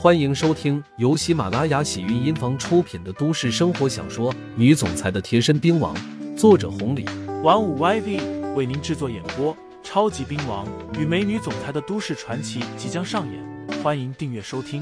欢迎收听由喜马拉雅喜韵音房出品的都市生活小说《女总裁的贴身兵王》，作者红礼， 玩五 YV 为您制作演播。超级兵王与美女总裁的都市传奇即将上演，欢迎订阅收听。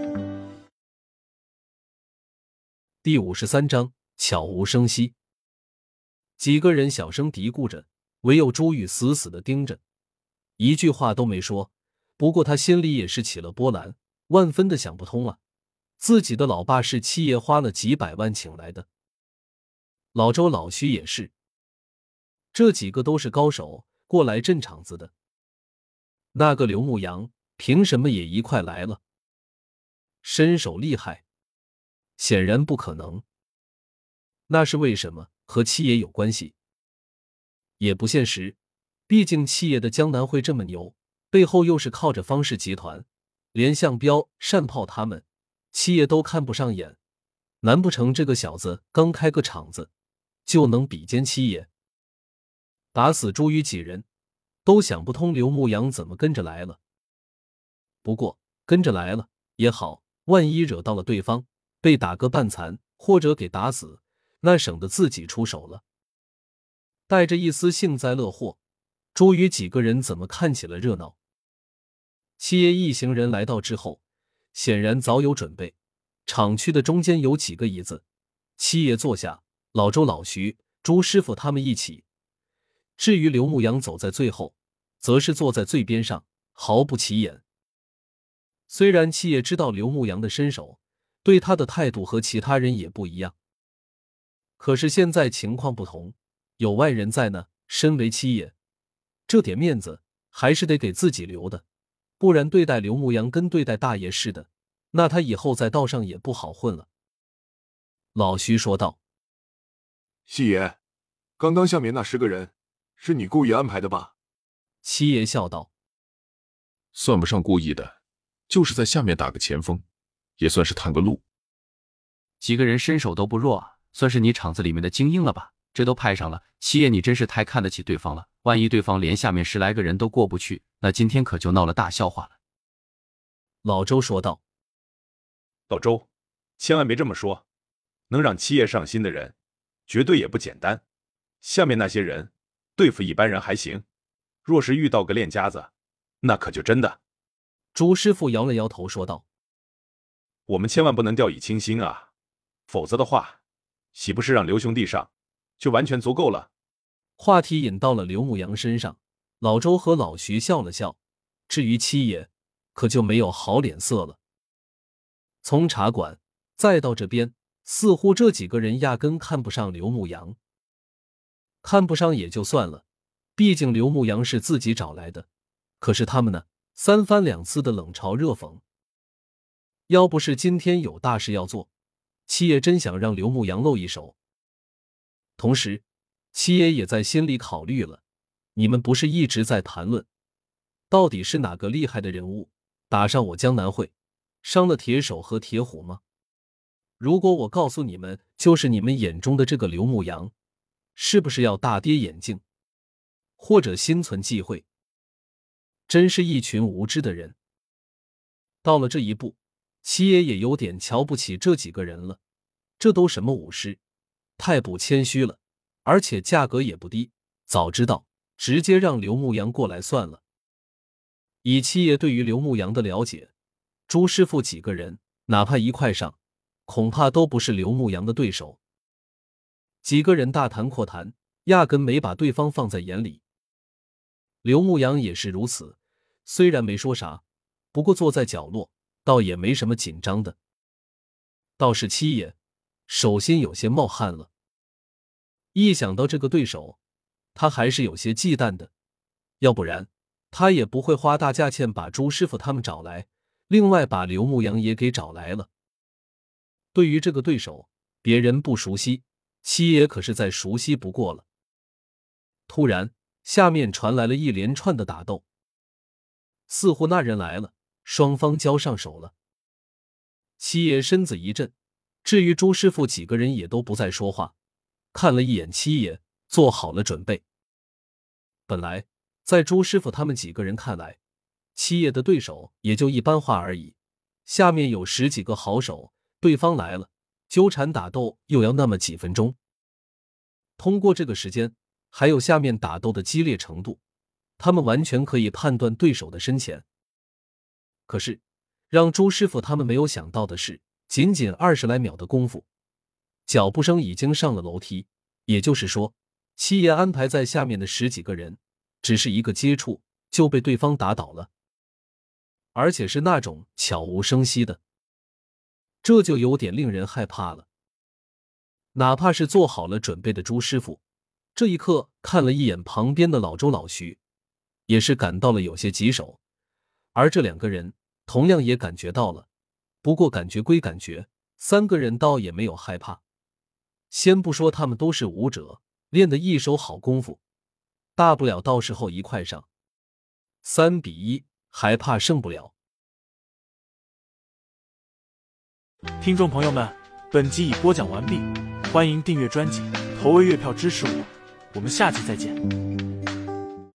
第53章，悄无声息。几个人小声嘀咕着，唯有朱玉死死地盯着，一句话都没说。不过他心里也是起了波澜，万分的想不通啊，自己的老爸是七爷花了几百万请来的，老周老徐也是，这几个都是高手，过来镇场子的。那个刘牧阳凭什么也一块来了？身手厉害？显然不可能。那是为什么？和七爷有关系？也不现实，毕竟七爷的江南会这么牛，背后又是靠着方氏集团，连向彪、单炮他们，七爷都看不上眼，难不成这个小子刚开个场子就能比肩七爷？打死朱宇几人都想不通刘牧阳怎么跟着来了。不过跟着来了也好，万一惹到了对方，被打个半残或者给打死，那省得自己出手了。带着一丝幸灾乐祸，朱宇几个人怎么看起了热闹。七爷一行人来到之后，显然早有准备，场区的中间有几个椅子，七爷坐下，老周老徐、朱师傅他们一起。至于刘牧阳走在最后，则是坐在最边上，毫不起眼。虽然七爷知道刘牧阳的身手，对他的态度和其他人也不一样，可是现在情况不同，有外人在呢，身为七爷，这点面子还是得给自己留的，不然对待刘牧阳跟对待大爷似的，那他以后在道上也不好混了。老徐说道： 七爷，刚刚下面那10个人是你故意安排的吧？ 七爷笑道： 算不上故意的，就是在下面打个前锋，也算是探个路。 几个人身手都不弱啊，算是你场子里面的精英了吧？这都派上了，七爷你真是太看得起对方了，万一对方连下面10来个人都过不去，那今天可就闹了大笑话了。 老周说道： 老周，千万别这么说，能让七爷上心的人绝对也不简单，下面那些人对付一般人还行，若是遇到个练家子，那可就真的。 朱师傅摇了摇头说道： 我们千万不能掉以轻心啊，否则的话，岂不是让刘兄弟上就完全足够了？ 话题引到了刘牧阳身上，老周和老徐笑了笑，至于七爷可就没有好脸色了。从茶馆再到这边，似乎这几个人压根看不上刘牧阳。看不上也就算了，毕竟刘牧阳是自己找来的，可是他们呢，三番两次的冷嘲热讽。要不是今天有大事要做，七爷真想让刘牧阳露一手。同时七爷也在心里考虑了，你们不是一直在谈论到底是哪个厉害的人物打上我江南会，伤了铁手和铁虎吗？如果我告诉你们就是你们眼中的这个刘牧阳，是不是要大跌眼镜，或者心存忌讳？真是一群无知的人。到了这一步，七爷也有点瞧不起这几个人了，这都什么武师，太不谦虚了，而且价格也不低，早知道直接让刘牧阳过来算了。以七爷对于刘牧阳的了解，朱师傅几个人哪怕一块上，恐怕都不是刘牧阳的对手。几个人大谈阔谈，压根没把对方放在眼里。刘牧阳也是如此，虽然没说啥，不过坐在角落倒也没什么紧张的。倒是七爷手心有些冒汗了，一想到这个对手，他还是有些忌惮的，要不然他也不会花大价钱把朱师傅他们找来，另外把刘牧阳也给找来了。对于这个对手，别人不熟悉，七爷可是再熟悉不过了。突然下面传来了一连串的打斗，似乎那人来了，双方交上手了。七爷身子一震，至于朱师傅几个人也都不再说话，看了一眼七爷，做好了准备。本来在朱师傅他们几个人看来，七爷的对手也就一般化而已， 下面有10几个好手，对方来了，纠缠打斗又要那么几分钟。通过这个时间，还有下面打斗的激烈程度，他们完全可以判断对手的深浅。可是，让朱师傅他们没有想到的是，仅仅20来秒的功夫，脚步声已经上了楼梯。也就是说，七爷安排在下面的10几个人，只是一个接触就被对方打倒了，而且是那种悄无声息的，这就有点令人害怕了。哪怕是做好了准备的朱师傅，这一刻看了一眼旁边的老周老徐，也是感到了有些棘手。而这2个人同样也感觉到了，不过感觉归感觉，3个人倒也没有害怕。先不说他们都是武者，练得一手好功夫，大不了到时候一块上，3比1还怕胜不了。 听众朋友们，本集已播讲完毕，欢迎订阅专辑，投喂月票支持我，我们下期再见。